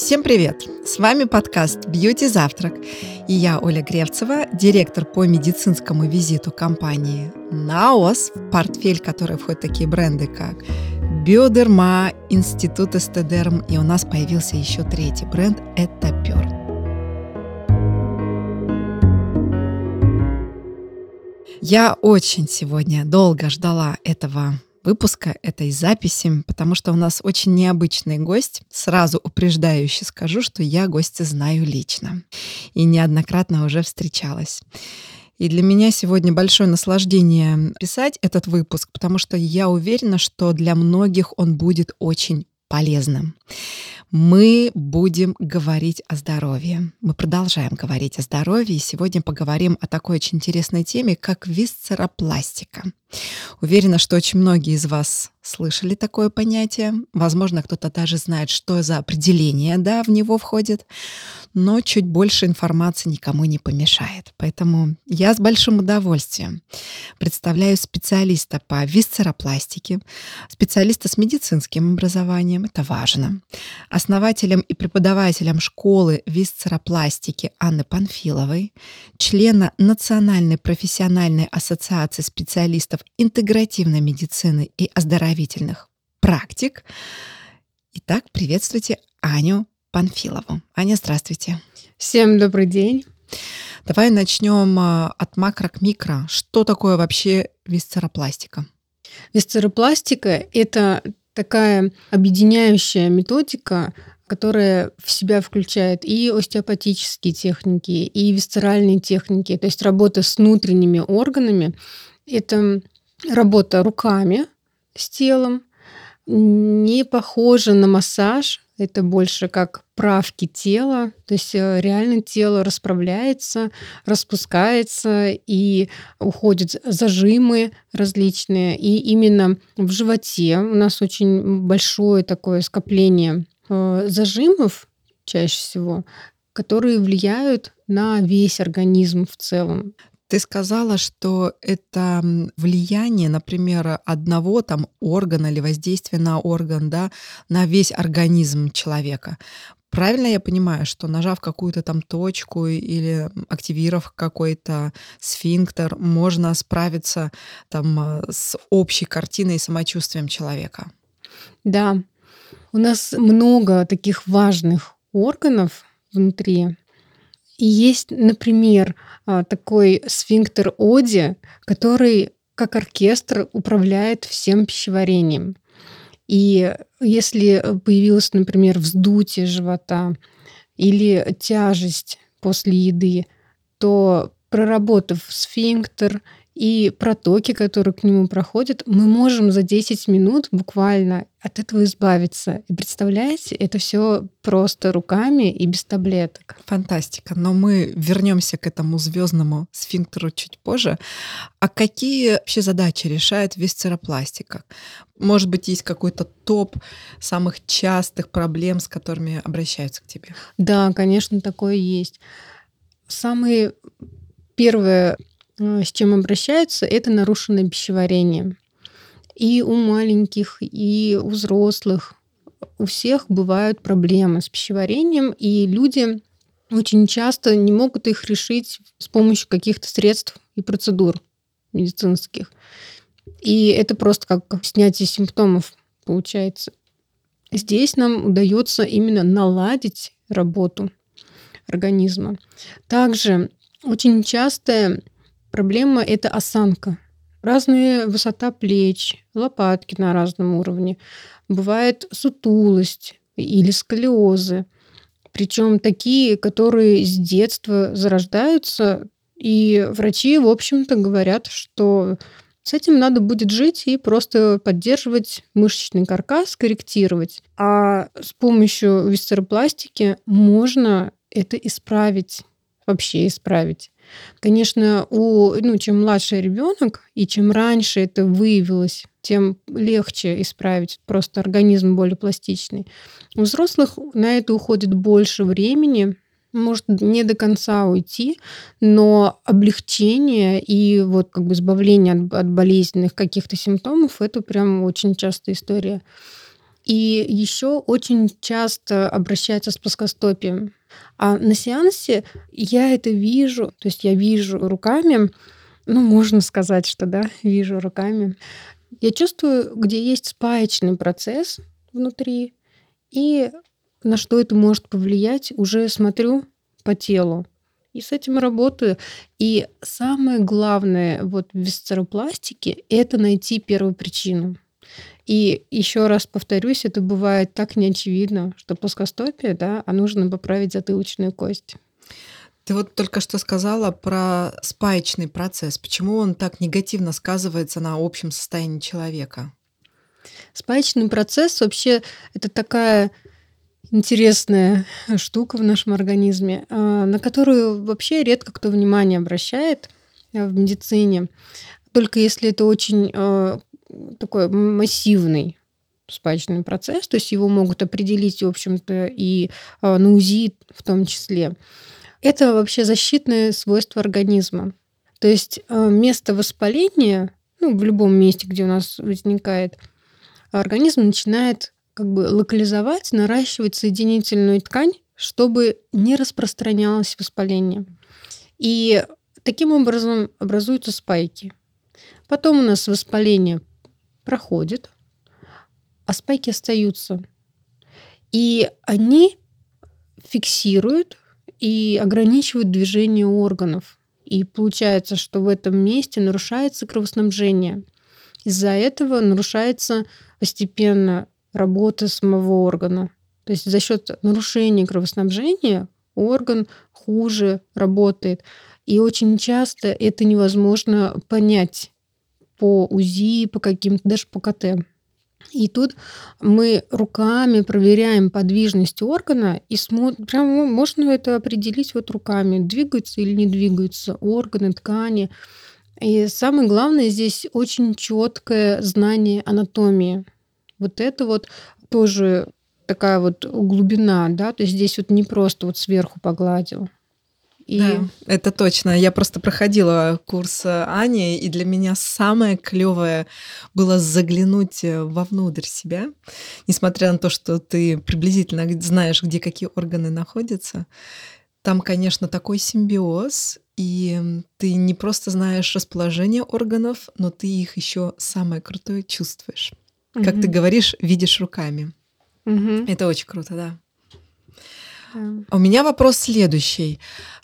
Всем привет! С вами подкаст «Бьюти Завтрак» и я, Оля Гревцева, директор по медицинскому визиту компании «Наос», в портфель которой входят такие бренды, как Биодерма, Институт Эстедерм, и у нас появился еще третий бренд – это Pure. Я очень сегодня долго ждала этого выпуска, этой записи, потому что у нас очень необычный гость. Сразу упреждающе скажу, что я гостя знаю лично и неоднократно уже встречалась. И для меня сегодня большое наслаждение писать этот выпуск, потому что я уверена, что для многих он будет очень полезным. Мы будем говорить о здоровье. Мы продолжаем говорить о здоровье, и сегодня поговорим о такой очень интересной теме, как висцеропластика. Уверена, что очень многие из вас слышали такое понятие. Возможно, кто-то даже знает, что за определение, в него входит. Но чуть больше информации никому не помешает. Поэтому я с большим удовольствием представляю специалиста по висцеропластике, специалиста с медицинским образованием, это важно, основателем и преподавателем школы висцеропластики Анны Панфиловой, члена Национальной профессиональной ассоциации специалистов интегративной медицины и оздоровительных практик. Итак, приветствуйте Аню Панфилову. Аня, здравствуйте. Всем добрый день. Давай начнем от макро к микро. Что такое вообще висцеропластика? Висцеропластика – это такая объединяющая методика, которая в себя включает и остеопатические техники, и висцеральные техники, то есть работа с внутренними органами. Это работа руками с телом, не похожа на массаж, это больше как правки тела, то есть реально тело расправляется, распускается и уходят зажимы различные. И именно в животе у нас очень большое такое скопление зажимов чаще всего, которые влияют на весь организм в целом. Ты сказала, что это влияние, например, одного органа или воздействие на орган, на весь организм человека. Правильно я понимаю, что нажав какую-то точку или активировав какой-то сфинктер, можно справиться с общей картиной и самочувствием человека? Да, у нас много таких важных органов внутри. И есть, например, такой сфинктер Оди, который как оркестр управляет всем пищеварением. И если появилось, например, вздутие живота или тяжесть после еды, то проработав сфинктер и протоки, которые к нему проходят, мы можем за 10 минут буквально от этого избавиться. И представляете, это все просто руками и без таблеток. Фантастика. Но мы вернемся к этому звездному сфинктеру чуть позже. А какие вообще задачи решает висцеропластика? Может быть, есть какой-то топ самых частых проблем, с которыми обращаются к тебе? Да, конечно, такое есть. Самое первое, с чем обращаются, это нарушенное пищеварение. И у маленьких, и у взрослых. У всех бывают проблемы с пищеварением, и люди очень часто не могут их решить с помощью каких-то средств и процедур медицинских. И это просто как снятие симптомов получается. Здесь нам удается именно наладить работу организма. Также очень частая проблема – это осанка. Разная высота плеч, лопатки на разном уровне. Бывает сутулость или сколиозы. Причем такие, которые с детства зарождаются, и врачи, в общем-то, говорят, что с этим надо будет жить и просто поддерживать мышечный каркас, корректировать. А с помощью висцеропластики можно это исправить, вообще исправить. Конечно, чем младше ребенок и чем раньше это выявилось, тем легче исправить. Просто организм более пластичный. У взрослых на это уходит больше времени, может не до конца уйти, но облегчение и избавление от болезненных каких-то симптомов – это прям очень частая история. И еще очень часто обращаются с плоскостопием. А на сеансе я это вижу, то есть я вижу руками, ну, можно сказать, что да, вижу руками. Я чувствую, где есть спаечный процесс внутри, и на что это может повлиять, уже смотрю по телу. И с этим работаю. И самое главное вот в висцеропластике — это найти первопричину. И еще раз повторюсь, это бывает так неочевидно, что плоскостопие, да, а нужно поправить затылочную кость. Ты вот только что сказала про спаечный процесс. Почему он так негативно сказывается на общем состоянии человека? Спаечный процесс вообще это такая интересная штука в нашем организме, на которую вообще редко кто внимание обращает в медицине. Только если это очень такой массивный спаечный процесс, то есть его могут определить, в общем-то, и на УЗИ в том числе. Это вообще защитное свойство организма. То есть место воспаления, ну, в любом месте, где у нас возникает, организм начинает как бы локализовать, наращивать соединительную ткань, чтобы не распространялось воспаление. И таким образом образуются спайки. Потом у нас воспаление проходит, а спайки остаются. И они фиксируют и ограничивают движение органов. И получается, что в этом месте нарушается кровоснабжение. Из-за этого нарушается постепенно работа самого органа. То есть за счет нарушения кровоснабжения орган хуже работает. И очень часто это невозможно понять по УЗИ, по каким-то, даже по КТ. И тут мы руками проверяем подвижность органа и смотрим, прямо можно это определить вот руками, двигаются или не двигаются органы, ткани. И самое главное здесь очень четкое знание анатомии. Вот это вот тоже такая вот глубина, да, то есть здесь вот не просто вот сверху погладил. Да, это точно. Я просто проходила курс Ани, и для меня самое клевое было заглянуть вовнутрь себя, несмотря на то, что ты приблизительно знаешь, где какие органы находятся. Там, конечно, такой симбиоз, и ты не просто знаешь расположение органов, но ты их еще самое крутое чувствуешь. Как ты говоришь, видишь руками. Это очень круто, да. У меня вопрос следующий.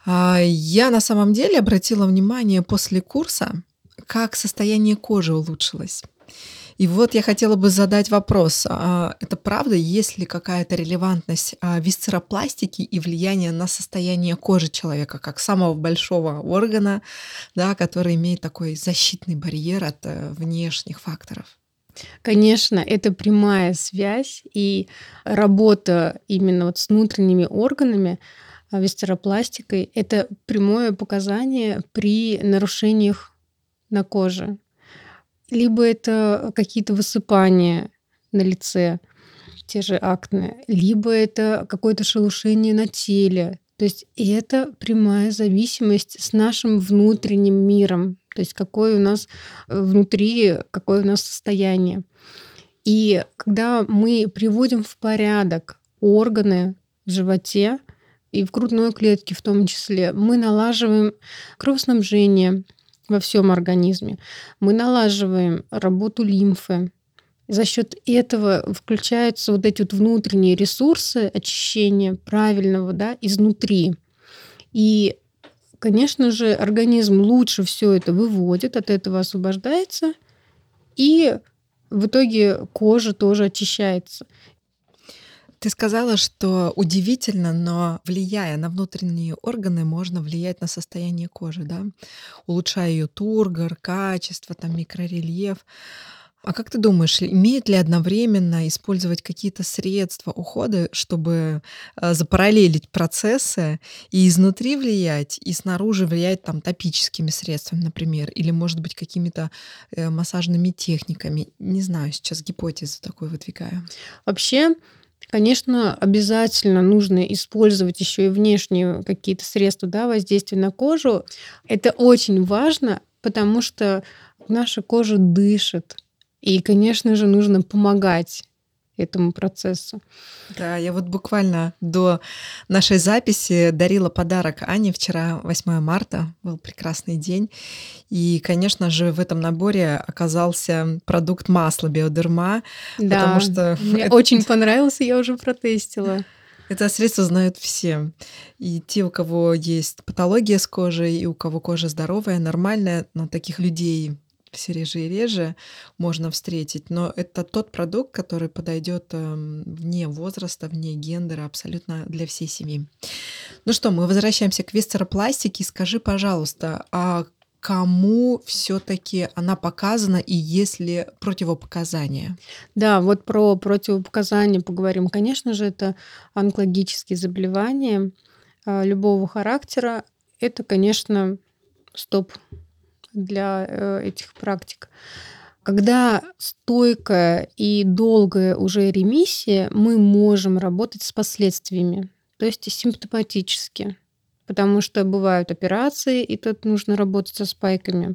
Я на самом деле обратила внимание после курса, как состояние кожи улучшилось. И вот я хотела бы задать вопрос. Это правда, есть ли какая-то релевантность висцеропластики и влияние на состояние кожи человека, как самого большого органа, да, который имеет такой защитный барьер от внешних факторов? Конечно, это прямая связь, и работа именно вот с внутренними органами, висцеропластикой — это прямое показание при нарушениях на коже. Либо это какие-то высыпания на лице, те же акне, либо это какое-то шелушение на теле. То есть это прямая зависимость с нашим внутренним миром, то есть какое у нас внутри, какое у нас состояние. И когда мы приводим в порядок органы в животе и в грудной клетке в том числе, мы налаживаем кровоснабжение во всем организме, мы налаживаем работу лимфы. За счет этого включаются вот эти вот внутренние ресурсы очищения правильного, да, изнутри. И, конечно же, организм лучше все это выводит, от этого освобождается, и в итоге кожа тоже очищается. Ты сказала, что удивительно, но влияя на внутренние органы, можно влиять на состояние кожи, да? Улучшая ее тургор, качество, там, микрорельеф. А как ты думаешь, имеет ли одновременно использовать какие-то средства ухода, чтобы запараллелить процессы и изнутри влиять, и снаружи влиять там топическими средствами, например, или, может быть, какими-то массажными техниками? Не знаю, сейчас гипотезу такую выдвигаю. Вообще, конечно, обязательно нужно использовать еще и внешние какие-то средства, да, воздействия на кожу. Это очень важно, потому что наша кожа дышит. И, конечно же, нужно помогать этому процессу. Да, я вот буквально до нашей записи дарила подарок Ане. Вчера 8 марта, был прекрасный день. И, конечно же, в этом наборе оказался продукт масла Биодерма, потому Да, что мне очень понравился, я уже протестила. это средство знают все. И те, у кого есть патология с кожей, и у кого кожа здоровая, нормальная, но таких людей все реже и реже можно встретить. Но это тот продукт, который подойдет вне возраста, вне гендера, абсолютно для всей семьи. Ну что, мы возвращаемся к висцеропластике. Скажи, пожалуйста, а кому все-таки она показана и есть ли противопоказания? Да, вот про противопоказания поговорим. Конечно же, это онкологические заболевания любого характера. Это, конечно, стоп для этих практик. Когда стойкая и долгая уже ремиссия, мы можем работать с последствиями, то есть симптоматически, потому что бывают операции, и тут нужно работать со спайками,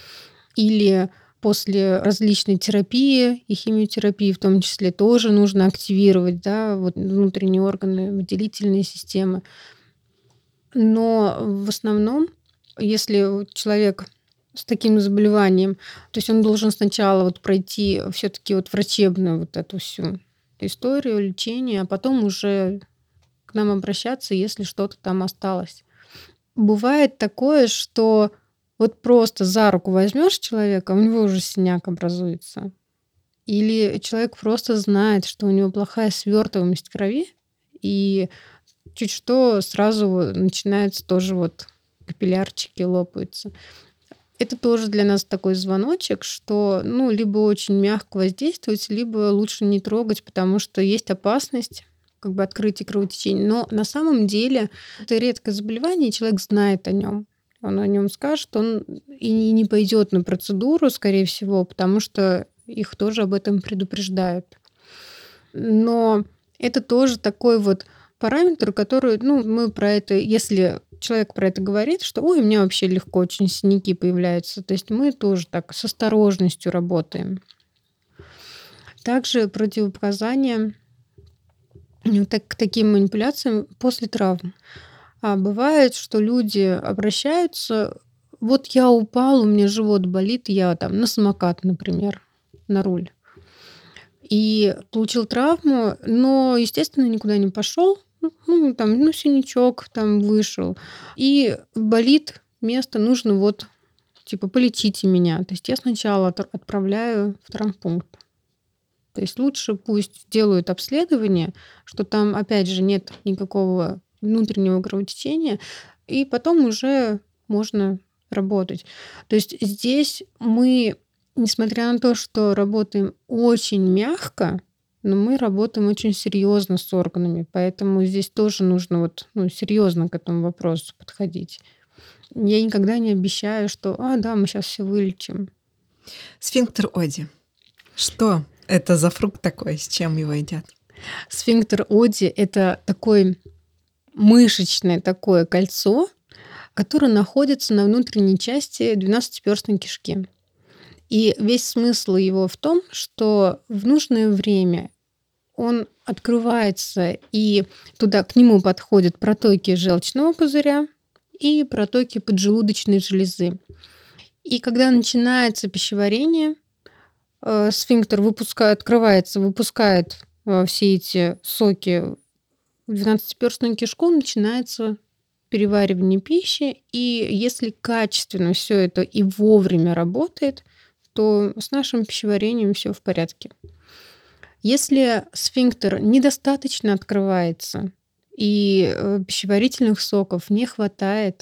или после различной терапии и химиотерапии в том числе тоже нужно активировать, да, вот внутренние органы, выделительные системы. Но в основном, если человек с таким заболеванием, то есть он должен сначала вот пройти все-таки вот врачебную вот эту всю историю лечения, а потом уже к нам обращаться, если что-то там осталось. Бывает такое, что вот просто за руку возьмешь человека, у него уже синяк образуется. Или человек просто знает, что у него плохая свертываемость крови, и чуть что сразу начинается тоже вот капиллярчики лопаются. Это тоже для нас такой звоночек, что ну, либо очень мягко воздействовать, либо лучше не трогать, потому что есть опасность как бы открытия кровотечения. Но на самом деле это редкое заболевание, и человек знает о нем. Он о нем скажет, он и не пойдет на процедуру, скорее всего, потому что их тоже об этом предупреждают. Но это тоже такой вот параметр, который, ну, мы про это, если человек про это говорит, что, ой, у меня вообще легко очень синяки появляются, то есть мы тоже так с осторожностью работаем. Также противопоказания к таким манипуляциям после травм. А бывает, что люди обращаются, вот я упал, у меня живот болит, я там на самокат, например, на руль. И получил травму, но, естественно, никуда не пошел. Ну, там, ну, синячок там вышел. И болит место, нужно вот, типа, полечите меня. То есть я сначала отправляю в травмпункт. То есть лучше пусть делают обследование, что там, опять же, нет никакого внутреннего кровотечения, и потом уже можно работать. То есть здесь мы, несмотря на то, что работаем очень мягко, но мы работаем очень серьезно с органами, поэтому здесь тоже нужно вот, ну, серьезно к этому вопросу подходить. Я никогда не обещаю, что, да, мы сейчас все вылечим. Сфинктер Оди. Что это за фрукт такой, с чем его едят? Сфинктер Оди — это такое мышечное такое кольцо, которое находится на внутренней части двенадцатиперстной кишки. И весь смысл его в том, что в нужное время он открывается, и туда к нему подходят протоки желчного пузыря и протоки поджелудочной железы. И когда начинается пищеварение, сфинктер открывается, выпускает все эти соки в двенадцатиперстную кишку, начинается переваривание пищи. И если качественно все это и вовремя работает, то с нашим пищеварением все в порядке. Если сфинктер недостаточно открывается и пищеварительных соков не хватает,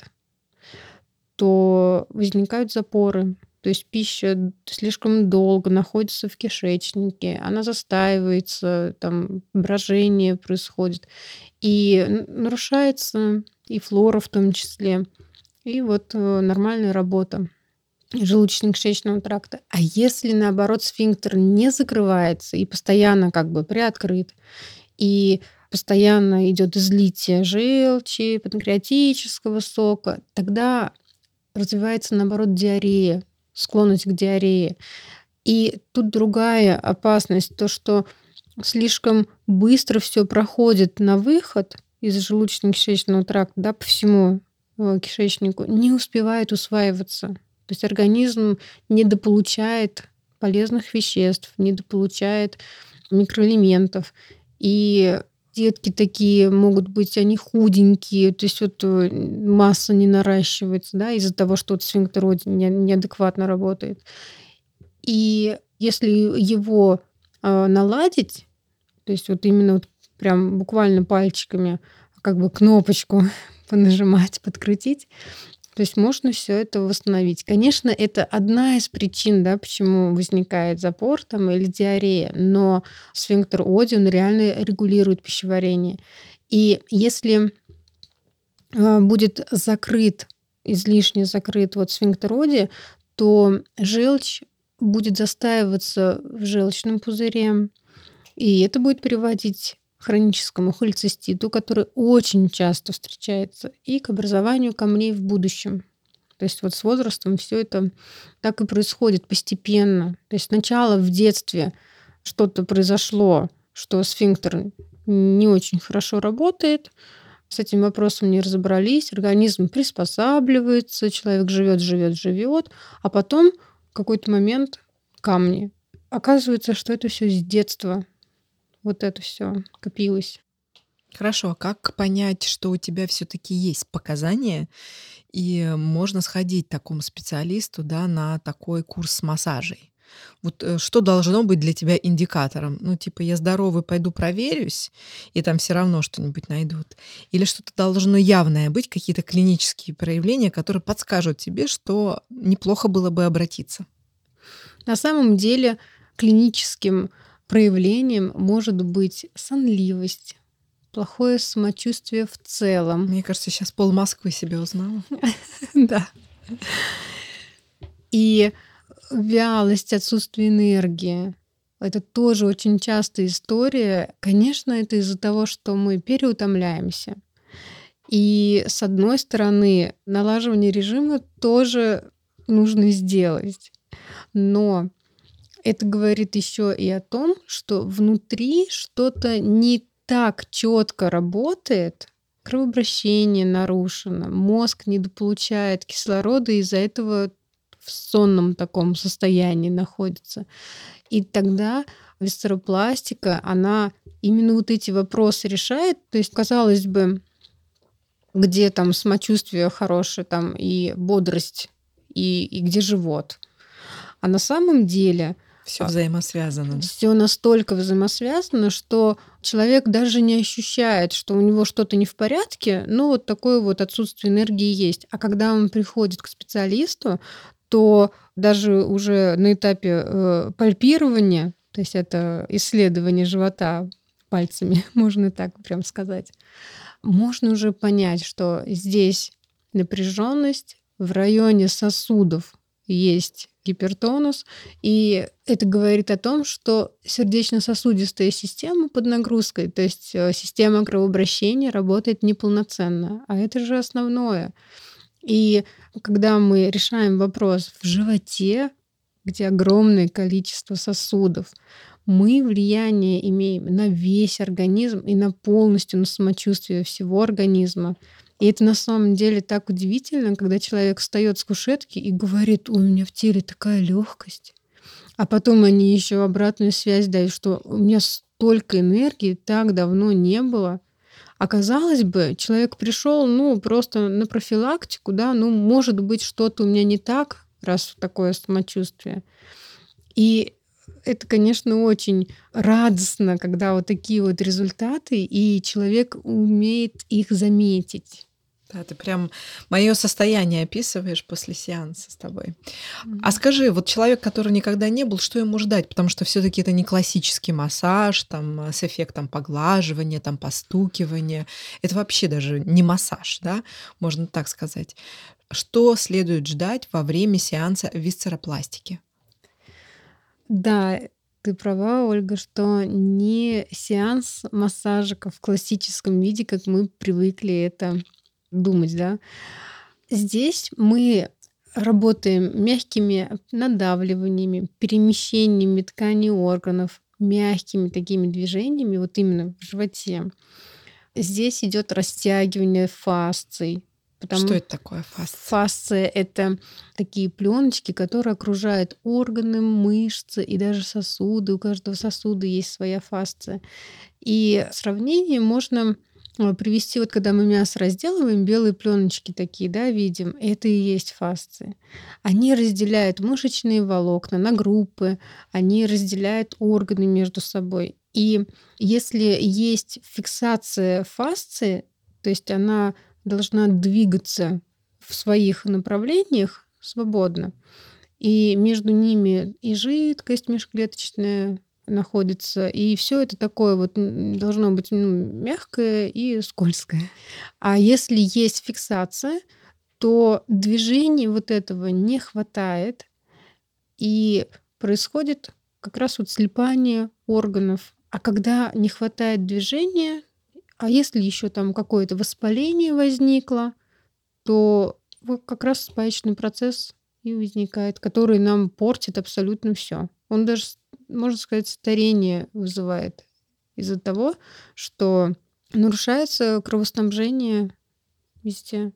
то возникают запоры. То есть пища слишком долго находится в кишечнике, она застаивается, там брожение происходит, и нарушается и флора в том числе, и вот нормальная работа желудочно-кишечного тракта. А если, наоборот, сфинктер не закрывается и постоянно как бы приоткрыт, и постоянно идет излитие желчи, панкреатического сока, тогда развивается, наоборот, диарея, склонность к диарее. И тут другая опасность, то, что слишком быстро все проходит на выход из желудочно-кишечного тракта, да, по всему кишечнику, не успевает усваиваться. То есть организм недополучает полезных веществ, недополучает микроэлементов. И детки такие могут быть, они худенькие, то есть вот масса не наращивается, да, из-за того, что вот сфинктер Оди неадекватно работает. И если его наладить, то есть вот именно вот прям буквально пальчиками как бы кнопочку понажимать, подкрутить, то есть можно все это восстановить. Конечно, это одна из причин, да, почему возникает запор там или диарея, но сфинктер Оди, он реально регулирует пищеварение. И если будет закрыт, излишне закрыт вот сфинктер Оди, то желчь будет застаиваться в желчном пузыре, и это будет приводить к хроническому холециститу, который очень часто встречается, и к образованию камней в будущем. То есть вот с возрастом все это так и происходит постепенно. То есть сначала в детстве что-то произошло, что сфинктер не очень хорошо работает, с этим вопросом не разобрались, организм приспосабливается, человек живет, живет, живет, а потом в какой-то момент камни. Оказывается, что это все с детства. Вот это все копилось. Хорошо, а как понять, что у тебя все-таки есть показания, и можно сходить к такому специалисту, да, на такой курс массажей? Вот что должно быть для тебя индикатором? Ну, типа, я здоровый, пойду проверюсь, и там все равно что-нибудь найдут. Или что-то должно явное быть, какие-то клинические проявления, которые подскажут тебе, что неплохо было бы обратиться. На самом деле клиническим проявлением может быть сонливость, плохое самочувствие в целом. Мне кажется, сейчас пол Москвы себе узнала. Да. И вялость, отсутствие энергии. Это тоже очень частая история. Конечно, это из-за того, что мы переутомляемся. И с одной стороны, налаживание режима тоже нужно сделать. Но это говорит еще и о том, что внутри что-то не так четко работает, кровообращение нарушено, мозг недополучает кислорода, и из-за этого в сонном таком состоянии находится. И тогда висцеропластика, она именно вот эти вопросы решает. То есть, казалось бы, где там самочувствие хорошее, там и бодрость, и где живот. А на самом деле Все взаимосвязано. все настолько взаимосвязано, что человек даже не ощущает, что у него что-то не в порядке, но вот такое вот отсутствие энергии есть. А когда он приходит к специалисту, то даже уже на этапе пальпирования, то есть это исследование живота пальцами, можно так прям сказать, можно уже понять, что здесь напряженность в районе сосудов, есть гипертонус, и это говорит о том, что сердечно-сосудистая система под нагрузкой, то есть система кровообращения работает неполноценно, а это же основное. И когда мы решаем вопрос в животе, где огромное количество сосудов, мы влияние имеем на весь организм и на полностью на самочувствие всего организма. И это на самом деле так удивительно, когда человек встает с кушетки и говорит: "Ой, у меня в теле такая легкость". А потом они еще обратную связь дают, что у меня столько энергии так давно не было. А казалось бы, человек пришел, ну, просто на профилактику, да, ну, может быть, что-то у меня не так, раз такое самочувствие. И это, конечно, очень радостно, когда вот такие вот результаты, и человек умеет их заметить. Да, ты прям мое состояние описываешь после сеанса с тобой. А скажи, вот человек, который никогда не был, что ему ждать? Потому что все-таки это не классический массаж, там, с эффектом поглаживания, там, постукивания. Это вообще даже не массаж, да, можно так сказать. Что следует ждать во время сеанса висцеропластики? Да, ты права, Ольга, что не сеанс массажика в классическом виде, как мы привыкли это думать, да. Здесь мы работаем мягкими надавливаниями, перемещениями тканей органов, мягкими такими движениями, вот именно в животе. Здесь идет растягивание фасций, Что потому это такое фасция? фасция — это такие пленочки, которые окружают органы, мышцы и даже сосуды. У каждого сосуда есть своя фасция. И сравнение можно привести, вот когда мы мясо разделываем, белые пленочки такие, да, видим, это и есть фасции. Они разделяют мышечные волокна на группы, они разделяют органы между собой. И если есть фиксация фасции, то есть она должна двигаться в своих направлениях свободно, и между ними и жидкость межклеточная находится, и все это такое вот должно быть мягкое и скользкое. А если есть фиксация, то движения вот этого не хватает, и происходит как раз вот слипание органов. А когда не хватает движения, а если еще там какое-то воспаление возникло, то вот как раз спаечный процесс и возникает, который нам портит абсолютно все. Он даже, можно сказать, старение вызывает из-за того, что нарушается кровоснабжение везде.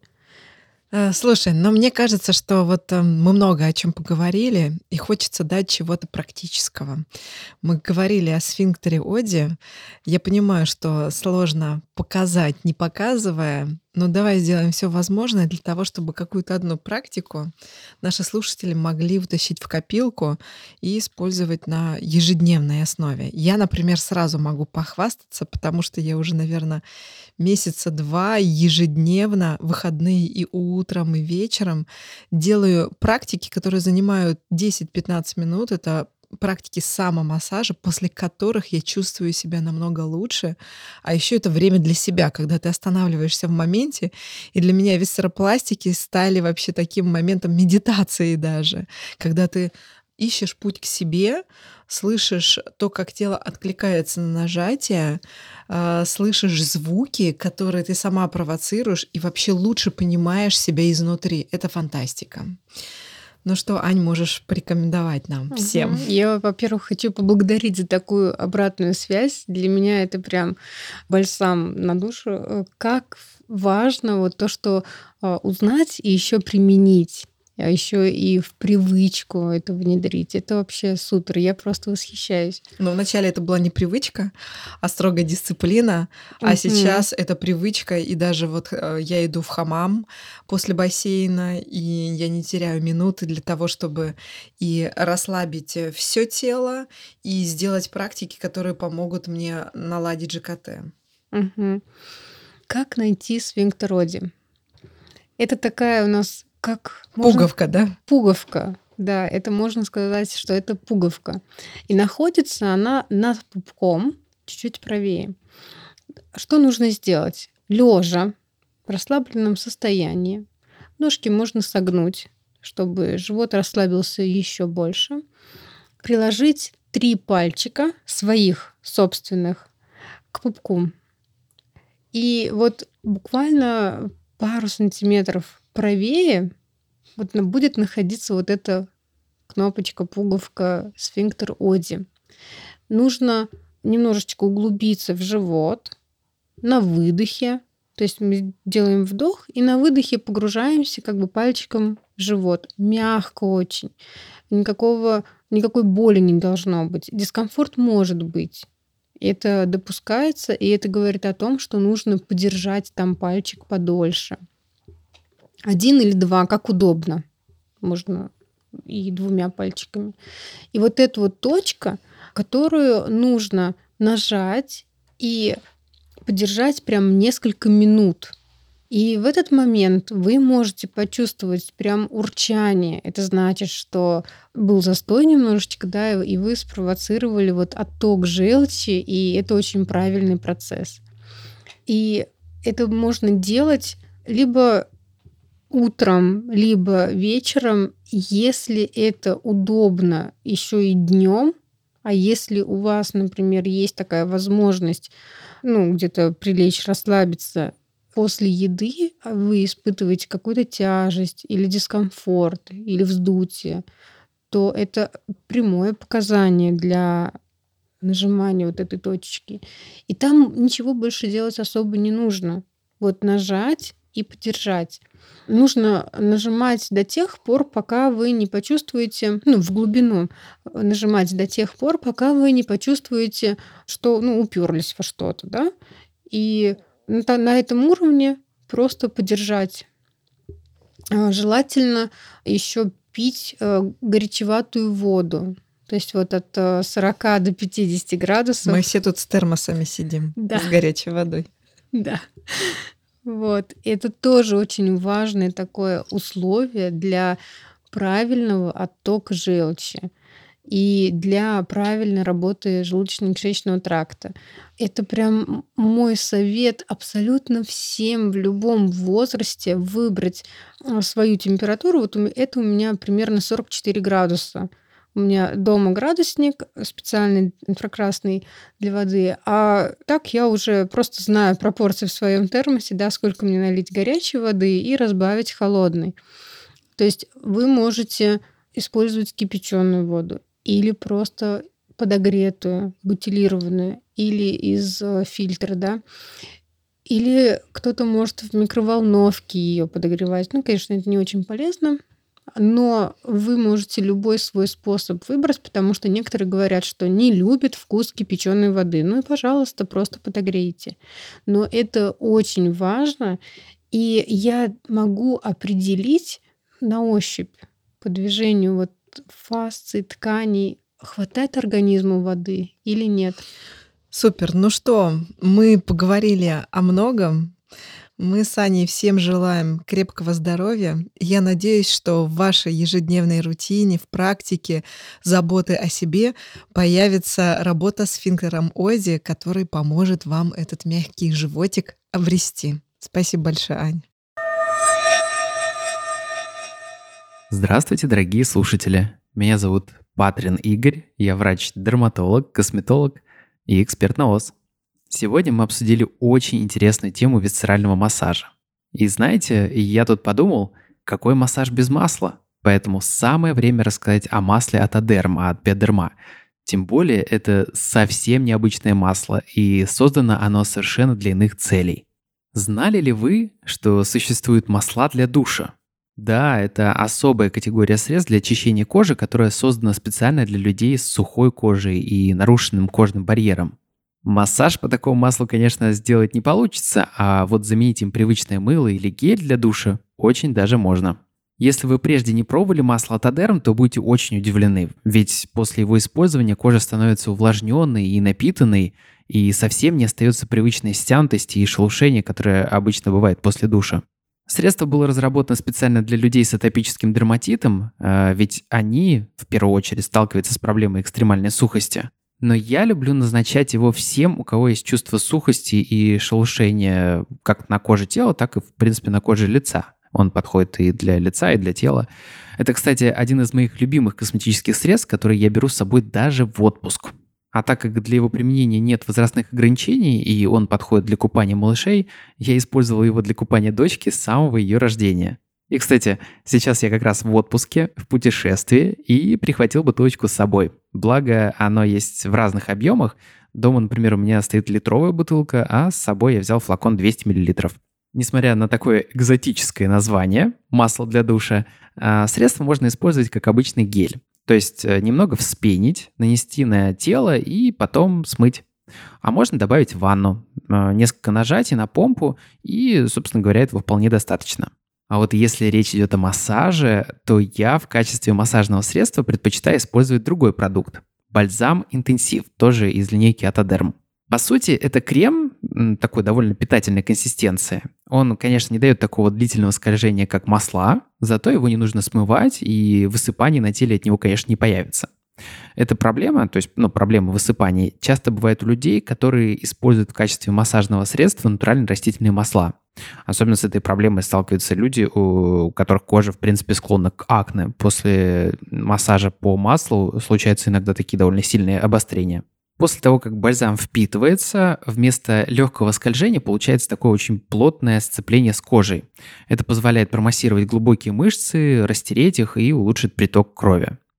Слушай, но мне кажется, что вот мы много о чем поговорили, и хочется дать чего-то практического. Мы говорили о сфинктере Оди. Я понимаю, что сложно показать, не показывая, но давай сделаем все возможное для того, чтобы какую-то одну практику наши слушатели могли утащить в копилку и использовать на ежедневной основе. Я, например, сразу могу похвастаться, потому что я уже, наверное, месяца 2 ежедневно, выходные и утром, и вечером делаю практики, которые занимают 10-15 минут. Это практики самомассажа, после которых я чувствую себя намного лучше. А еще это время для себя, когда ты останавливаешься в моменте. И для меня висцеропластики стали вообще таким моментом медитации даже, когда ты ищешь путь к себе, слышишь то, как тело откликается на нажатие, слышишь звуки, которые ты сама провоцируешь, и вообще лучше понимаешь себя изнутри. Это фантастика. Ну что, Ань, можешь порекомендовать нам всем? Я, во-первых, хочу поблагодарить за такую обратную связь. Для меня это прям бальзам на душу. Как важно вот то, что узнать и еще применить, а еще и в привычку это внедрить. Это вообще супер. Я просто восхищаюсь. Но вначале это была не привычка, а строгая дисциплина, а Мгм. сейчас это привычка, и даже вот я иду в хамам после бассейна, и я не теряю минуты для того, чтобы и расслабить все тело, и сделать практики, которые помогут мне наладить ЖКТ. Мгм. Как найти сфинктер Оди? Это такая у нас как Пуговка, да? пуговка. Да, это можно сказать, что это пуговка. И находится она над пупком, чуть-чуть правее. Что нужно сделать? Лежа в расслабленном состоянии. Ножки можно согнуть, чтобы живот расслабился еще больше. Приложить 3 пальчика своих собственных к пупку. И вот буквально пару сантиметров правее вот будет находиться вот эта кнопочка, пуговка сфинктер Оди. Нужно немножечко углубиться в живот на выдохе. То есть мы делаем вдох и на выдохе погружаемся как бы пальчиком в живот. Мягко очень. Никакой боли не должно быть. Дискомфорт может быть. Это допускается, и это говорит о том, что нужно подержать там пальчик подольше. 1 или 2, как удобно. Можно и 2 пальчиками. И вот эта вот точка, которую нужно нажать и подержать прям несколько минут. И в этот момент вы можете почувствовать прям урчание. Это значит, что был застой немножечко, да, и вы спровоцировали вот отток желчи, и это очень правильный процесс. И это можно делать либо утром, либо вечером, если это удобно еще и днем. А если у вас, например, есть такая возможность, где-то прилечь, расслабиться после еды, а вы испытываете какую-то тяжесть или дискомфорт, или вздутие, то это прямое показание для нажимания вот этой точечки. И там ничего больше делать особо не нужно. Вот нажать и подержать. Нужно нажимать до тех пор, пока вы не почувствуете, в глубину нажимать до тех пор, пока вы не почувствуете, что, уперлись во что-то, да. И на этом уровне просто подержать. Желательно еще пить горячеватую воду. То есть вот от 40 до 50 градусов. Мы все тут с термосами сидим, Да. с горячей водой. Да. Вот. Это тоже очень важное такое условие для правильного оттока желчи и для правильной работы желудочно-кишечного тракта. Это прям мой совет абсолютно всем в любом возрасте выбрать свою температуру. Вот это у меня примерно 44 градуса. У меня дома градусник специальный инфракрасный для воды, а так я уже просто знаю пропорции в своем термосе, да, сколько мне налить горячей воды и разбавить холодной. То есть вы можете использовать кипяченую воду или просто подогретую, бутилированную, или из фильтра, да. Или кто-то может в микроволновке ее подогревать. Конечно, это не очень полезно, но вы можете любой свой способ выбрать, потому что некоторые говорят, что не любят вкус кипяченой воды. И, пожалуйста, просто подогрейте. Но это очень важно, и я могу определить на ощупь по движению вот фасций, тканей, хватает организму воды или нет. Супер. Ну что, мы поговорили о многом. Мы с Аней всем желаем крепкого здоровья. Я надеюсь, что в вашей ежедневной рутине, в практике заботы о себе появится работа с сфинктером Оззи, который поможет вам этот мягкий животик обрести. Спасибо большое, Ань. Здравствуйте, дорогие слушатели. Меня зовут Патрин Игорь. Я врач-дерматолог, косметолог и эксперт на ОЗ. Сегодня мы обсудили очень интересную тему висцерального массажа. И знаете, я тут подумал, какой массаж без масла? Поэтому самое время рассказать о масле от Адерм, от Биодерма. Тем более, это совсем необычное масло, и создано оно совершенно для иных целей. Знали ли вы, что существуют масла для душа? Да, это особая категория средств для очищения кожи, которая создана специально для людей с сухой кожей и нарушенным кожным барьером. Массаж по такому маслу, конечно, сделать не получится, а вот заменить им привычное мыло или гель для душа очень даже можно. Если вы прежде не пробовали масло от Адерм, то будете очень удивлены, ведь после его использования кожа становится увлажненной и напитанной, и совсем не остается привычной стянутости и шелушения, которое обычно бывает после душа. Средство было разработано специально для людей с атопическим дерматитом, ведь они, в первую очередь, сталкиваются с проблемой экстремальной сухости. Но я люблю назначать его всем, у кого есть чувство сухости и шелушения как на коже тела, так и, в принципе, на коже лица. Он подходит и для лица, и для тела. Это, кстати, один из моих любимых косметических средств, которые я беру с собой даже в отпуск. А так как для его применения нет возрастных ограничений, и он подходит для купания малышей, я использовал его для купания дочки с самого ее рождения. И, кстати, сейчас я как раз в отпуске, в путешествии, и прихватил бутылочку с собой. Благо, оно есть в разных объемах. Дома, например, у меня стоит литровая бутылка, а с собой я взял флакон 200 мл. Несмотря на такое экзотическое название, масло для душа, средство можно использовать как обычный гель. То есть немного вспенить, нанести на тело и потом смыть. А можно добавить в ванну, несколько нажатий на помпу, и, собственно говоря, этого вполне достаточно. А вот если речь идет о массаже, то я в качестве массажного средства предпочитаю использовать другой продукт. Бальзам Интенсив, тоже из линейки от Адерм. По сути, это крем такой довольно питательной консистенции. Он, конечно, не дает такого длительного скольжения, как масла, зато его не нужно смывать, и высыпаний на теле от него, конечно, не появится. Эта проблема, то есть проблема высыпаний, часто бывает у людей, которые используют в качестве массажного средства натуральные растительные масла. Особенно с этой проблемой сталкиваются люди, у которых кожа, в принципе, склонна к акне. После массажа по маслу случаются иногда такие довольно сильные обострения. После того, как бальзам впитывается, вместо легкого скольжения получается такое очень плотное сцепление с кожей. Это позволяет промассировать глубокие мышцы, растереть их и улучшить приток крови.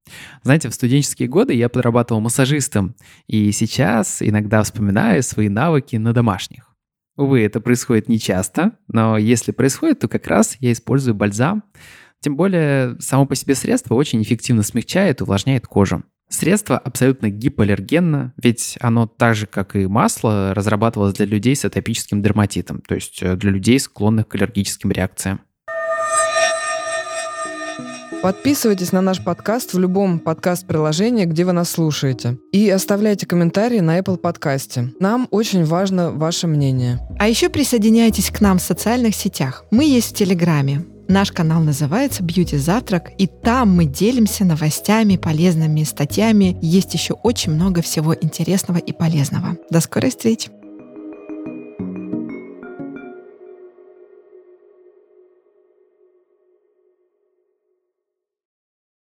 Знаете, в студенческие годы я подрабатывал массажистом, и сейчас иногда вспоминаю свои навыки на домашних. Увы, это происходит нечасто, но если происходит, то как раз я использую бальзам. Тем более, само по себе средство очень эффективно смягчает и увлажняет кожу. Средство абсолютно гипоаллергенно, ведь оно так же, как и масло, разрабатывалось для людей с атопическим дерматитом, то есть для людей, склонных к аллергическим реакциям. Подписывайтесь на наш подкаст в любом подкаст-приложении, где вы нас слушаете. И оставляйте комментарии на Apple подкасте. Нам очень важно ваше мнение. А еще присоединяйтесь к нам в социальных сетях. Мы есть в Телеграме. Наш канал называется «Бьюти Завтрак», и там мы делимся новостями, полезными статьями. Есть еще очень много всего интересного и полезного. До скорой встречи!